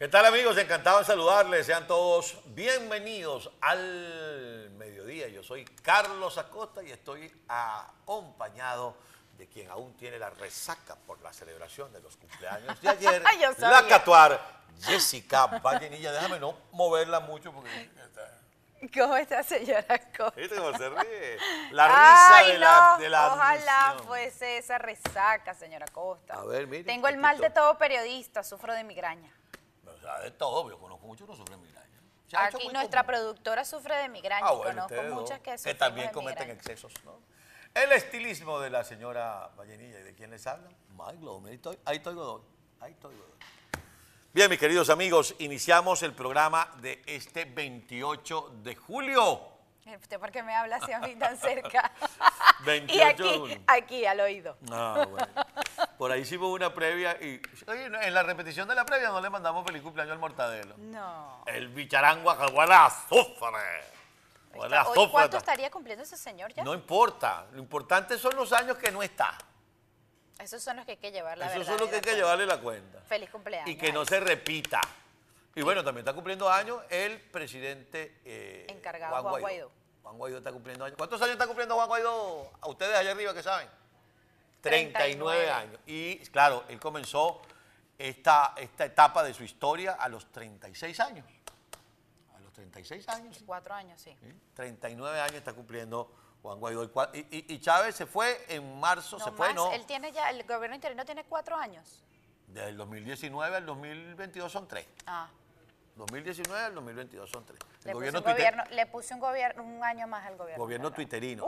¿Qué tal, amigos? Encantado de saludarles. Sean todos bienvenidos al mediodía. Yo soy Carlos Acosta y estoy acompañado de quien aún tiene la resaca por la celebración de los cumpleaños de ayer, la Catuar, Jessica Vallenilla. Déjame no moverla mucho porque... ¿Cómo está, señora Acosta? ¿Viste cómo se ríe? La risa Ay, de la ojalá admisión. fuese esa resaca, señora Acosta. A ver, mire. Tengo el mal de todo periodista, sufro de migraña. O sea, de todo, yo conozco mucho que no sufren migraña. Aquí nuestra productora sufre de migraña, bueno, conozco muchas que sufren que también de cometen migraña. excesos, ¿no? El estilismo de la señora Vallenilla. ¿Y de quién les habla? Ahí estoy Godoy. Bien, mis queridos amigos, iniciamos el programa de este 28 de julio. ¿Usted por qué me habla así a mí tan cerca? 28 Y de julio. aquí, al oído. Ah, bueno. Por ahí hicimos una previa y... Oye, en la repetición de la previa no le mandamos feliz cumpleaños al Mortadelo. No. El bicharangua que huele a azufre. Huele a Hoy, azufre. ¿cuánto estaría cumpliendo ese señor ya? No importa. Lo importante son los años que no está. Esos son los que hay que llevar la Esos verdad. son los que hay que llevarle la cuenta. Feliz cumpleaños. Y que no se repita. Y bueno, también está cumpliendo años el presidente encargado, Juan Guaidó. Juan Guaidó está cumpliendo años. ¿Cuántos años está cumpliendo Juan Guaidó? A ustedes allá arriba que saben. 39 años. Y claro, él comenzó esta etapa de su historia a los 36 años. A los 36 años. 4 años, sí. 39 años está cumpliendo Juan Guaidó. Y Chávez se fue en marzo, Él tiene ya, el gobierno interino tiene 4 años. Del 2019 al 2022 son 3. 2019 al 2022 son 3. Le puse un año más al gobierno. Gobierno twitterino.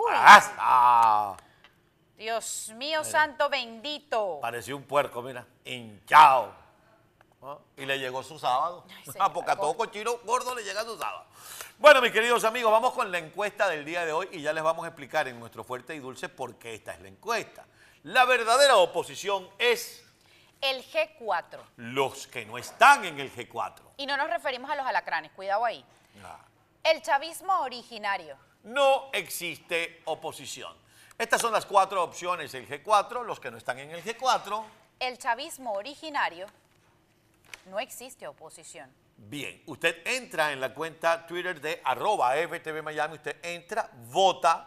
Dios mío, mira, santo bendito. Parecía un puerco, mira, hinchado. ¿No? Y le llegó su sábado. Porque a todo cochino gordo le llega su sábado. Bueno, mis queridos amigos, vamos con la encuesta del día de hoy y ya les vamos a explicar en nuestro Fuerte y Dulce por qué esta es la encuesta. La verdadera oposición es... el G4. Los que no están en el G4. Y no nos referimos a los alacranes, cuidado ahí. El chavismo originario. No existe oposición. Estas son las 4 opciones, el G4, los que no están en el G4. El chavismo originario, no existe oposición. Bien, usted entra en la cuenta Twitter de @FTV-Miami, usted entra, vota,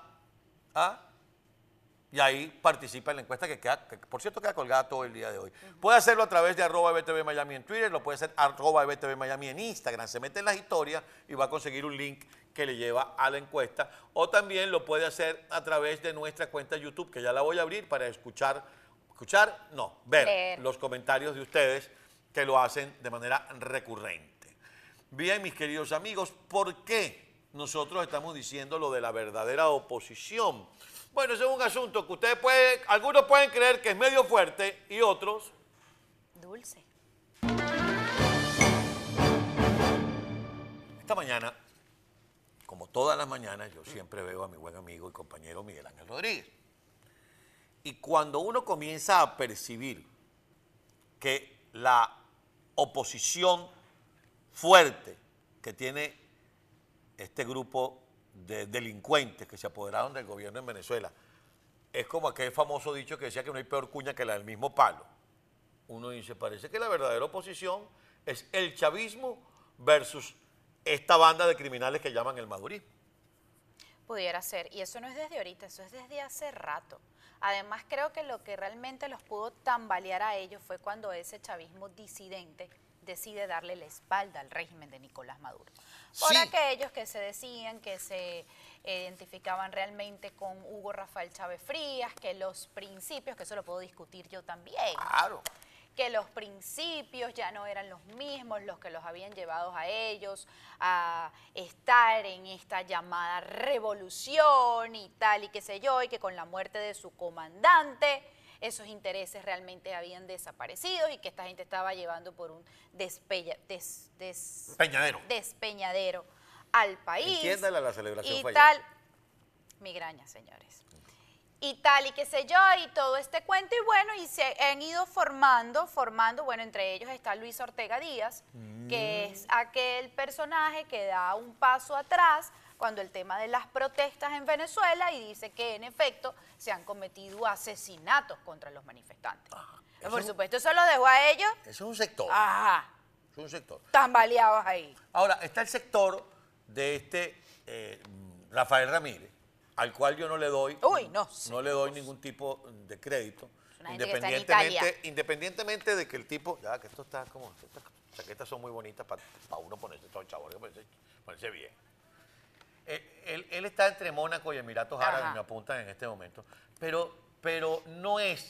y ahí participa en la encuesta que por cierto queda colgada todo el día de hoy. Puede hacerlo a través de @FTV-Miami en Twitter, lo puede hacer @FTV-Miami en Instagram, se mete en las historias y va a conseguir un link que le lleva a la encuesta, o también lo puede hacer a través de nuestra cuenta YouTube, que ya la voy a abrir para ver los comentarios de ustedes que lo hacen de manera recurrente. Bien, mis queridos amigos, ¿por qué nosotros estamos diciendo lo de la verdadera oposición? Bueno, ese es un asunto que algunos pueden creer que es medio fuerte y otros... dulce. Esta mañana, como todas las mañanas, yo siempre veo a mi buen amigo y compañero Miguel Ángel Rodríguez. Y cuando uno comienza a percibir que la oposición fuerte que tiene este grupo de delincuentes que se apoderaron del gobierno en Venezuela, es como aquel famoso dicho que decía que no hay peor cuña que la del mismo palo. Uno dice, parece que la verdadera oposición es el chavismo versus esta banda de criminales que llaman el madurismo. Pudiera ser, y eso no es desde ahorita, eso es desde hace rato. Además, creo que lo que realmente los pudo tambalear a ellos fue cuando ese chavismo disidente decide darle la espalda al régimen de Nicolás Maduro. Por aquellos que se decían que se identificaban realmente con Hugo Rafael Chávez Frías, que los principios, que eso lo puedo discutir yo también. Claro. Que los principios ya no eran los mismos, los que los habían llevado a ellos a estar en esta llamada revolución y tal y qué sé yo, y que con la muerte de su comandante esos intereses realmente habían desaparecido y que esta gente estaba llevando por un despeñadero al país. Entiéndala, la celebración y fue tal, migraña, señores. Y tal y qué sé yo, y todo este cuento, y bueno, y se han ido formando, bueno, entre ellos está Luis Ortega Díaz, que es aquel personaje que da un paso atrás cuando el tema de las protestas en Venezuela y dice que en efecto se han cometido asesinatos contra los manifestantes. Por supuesto, eso lo dejó a ellos. Eso es un sector. Ajá. Es un sector. Tambaleados ahí. Ahora, está el sector de Rafael Ramírez, al cual yo no le doy, Uy, no sé. no le doy ningún tipo de crédito, Una gente que está en Italia. independientemente de que el tipo, ya que esto está como, estas chaquetas son muy bonitas para uno ponerse todo chavo, ponerse bien. Él está entre Mónaco y Emiratos Árabes, Ajá. me apuntan en este momento, pero no es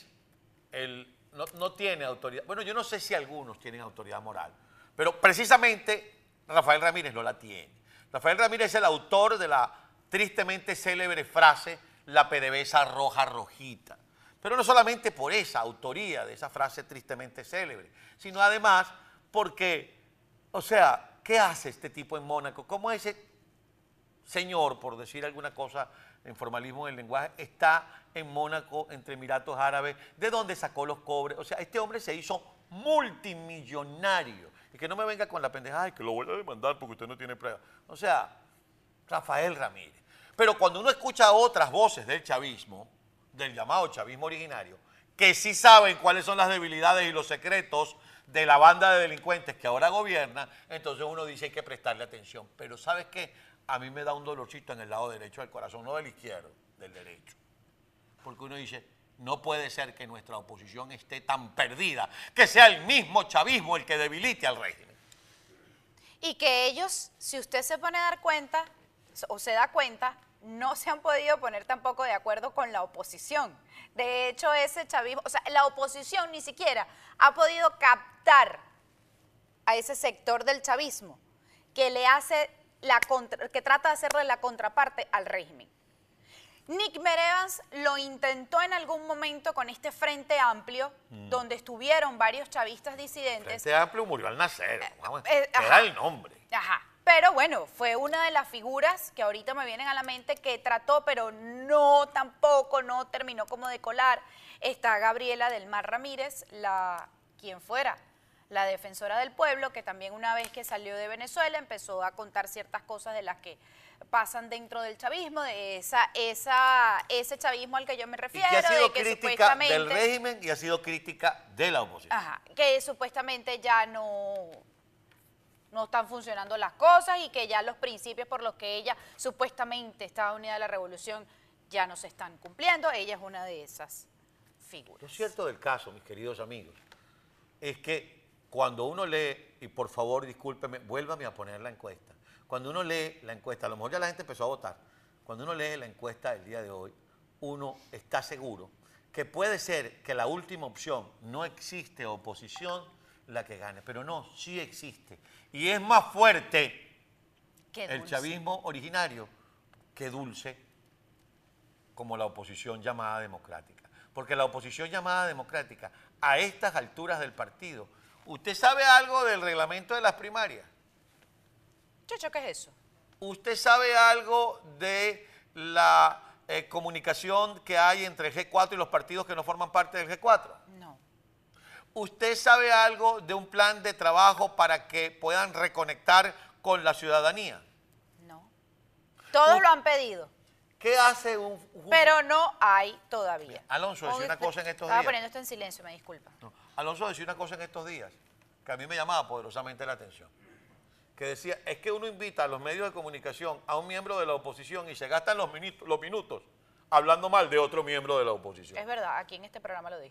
no tiene autoridad. Bueno, yo no sé si algunos tienen autoridad moral, pero precisamente Rafael Ramírez no la tiene. Rafael Ramírez es el autor de la tristemente célebre frase, la PDVSA roja rojita. Pero no solamente por esa autoría de esa frase tristemente célebre, sino además porque, o sea, ¿qué hace este tipo en Mónaco? ¿Cómo ese señor, por decir alguna cosa en formalismo del lenguaje, está en Mónaco, entre Emiratos Árabes? ¿De dónde sacó los cobres? O sea, este hombre se hizo multimillonario. Y que no me venga con la pendeja, ay, que lo voy a demandar porque usted no tiene pruebas. O sea, Rafael Ramírez. Pero cuando uno escucha otras voces del chavismo, del llamado chavismo originario, que sí saben cuáles son las debilidades y los secretos de la banda de delincuentes que ahora gobierna, entonces uno dice hay que prestarle atención. Pero ¿sabes qué? A mí me da un dolorcito en el lado derecho del corazón, no del izquierdo, del derecho. Porque uno dice, no puede ser que nuestra oposición esté tan perdida, que sea el mismo chavismo el que debilite al régimen. Y que ellos, si usted se pone a dar cuenta, o se da cuenta, no se han podido poner tampoco de acuerdo con la oposición. De hecho, ese chavismo, o sea, la oposición ni siquiera ha podido captar a ese sector del chavismo que le hace que trata de hacerle la contraparte al régimen. Nick Merevans lo intentó en algún momento con este Frente Amplio, donde estuvieron varios chavistas disidentes. Frente Amplio murió al nacer, era el nombre. Ajá. Pero bueno, fue una de las figuras que ahorita me vienen a la mente que trató, pero no tampoco, no terminó como de colar. Está Gabriela del Mar Ramírez, quien fuera la defensora del pueblo, que también una vez que salió de Venezuela empezó a contar ciertas cosas de las que pasan dentro del chavismo, de ese chavismo al que yo me refiero. Y que ha sido de que crítica del régimen y ha sido crítica de la oposición. Ajá, que supuestamente ya no están funcionando las cosas y que ya los principios por los que ella supuestamente estaba unida a la revolución ya no se están cumpliendo. Ella es una de esas figuras. Lo cierto del caso, mis queridos amigos, es que cuando uno lee, y por favor discúlpeme, vuélvame a poner la encuesta, cuando uno lee la encuesta, a lo mejor ya la gente empezó a votar, cuando uno lee la encuesta del día de hoy, uno está seguro que puede ser que la última opción, no existe oposición, la que gane, pero no, sí existe. Y es más fuerte el chavismo originario que Dulce como la oposición llamada democrática. Porque la oposición llamada democrática, a estas alturas del partido, ¿usted sabe algo del reglamento de las primarias? Chucho, ¿qué es eso? ¿Usted sabe algo de la comunicación que hay entre el G4 y los partidos que no forman parte del G4? No. ¿Usted sabe algo de un plan de trabajo para que puedan reconectar con la ciudadanía? No. Todos lo han pedido. ¿Qué hace un pero no hay todavía? Mira, Alonso decía una cosa en estos días. Estaba poniendo esto en silencio, me disculpa. No, Alonso decía una cosa en estos días que a mí me llamaba poderosamente la atención. Que decía, es que uno invita a los medios de comunicación a un miembro de la oposición y se gastan los minutos hablando mal de otro miembro de la oposición. Es verdad, aquí en este programa lo dijo.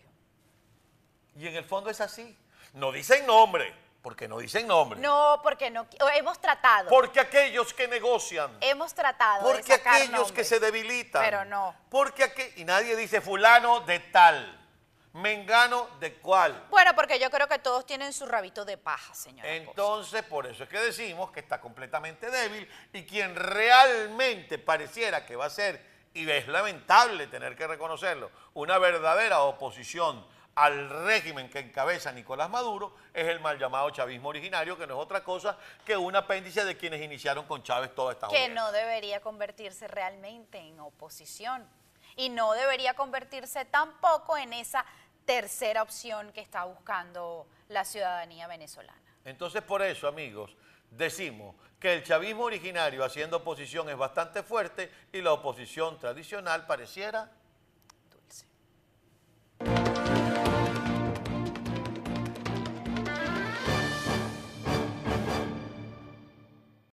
Y en el fondo es así. No dicen nombre, porque no dicen nombre. No, porque no, hemos tratado. Porque aquellos que negocian. Hemos tratado porque de sacar aquellos nombres, que se debilitan. pero no. Y nadie dice fulano de tal, mengano de cual. Bueno, porque yo creo que todos tienen su rabito de paja, señora. Entonces, por eso es que decimos que está completamente débil y quien realmente pareciera que va a ser, y es lamentable tener que reconocerlo, una verdadera oposición al régimen que encabeza Nicolás Maduro, es el mal llamado chavismo originario, que no es otra cosa que un apéndice de quienes iniciaron con Chávez toda esta Que no debería convertirse realmente en oposición y no debería convertirse tampoco en esa tercera opción que está buscando la ciudadanía venezolana. Entonces, por eso, amigos, decimos que el chavismo originario haciendo oposición es bastante fuerte y la oposición tradicional pareciera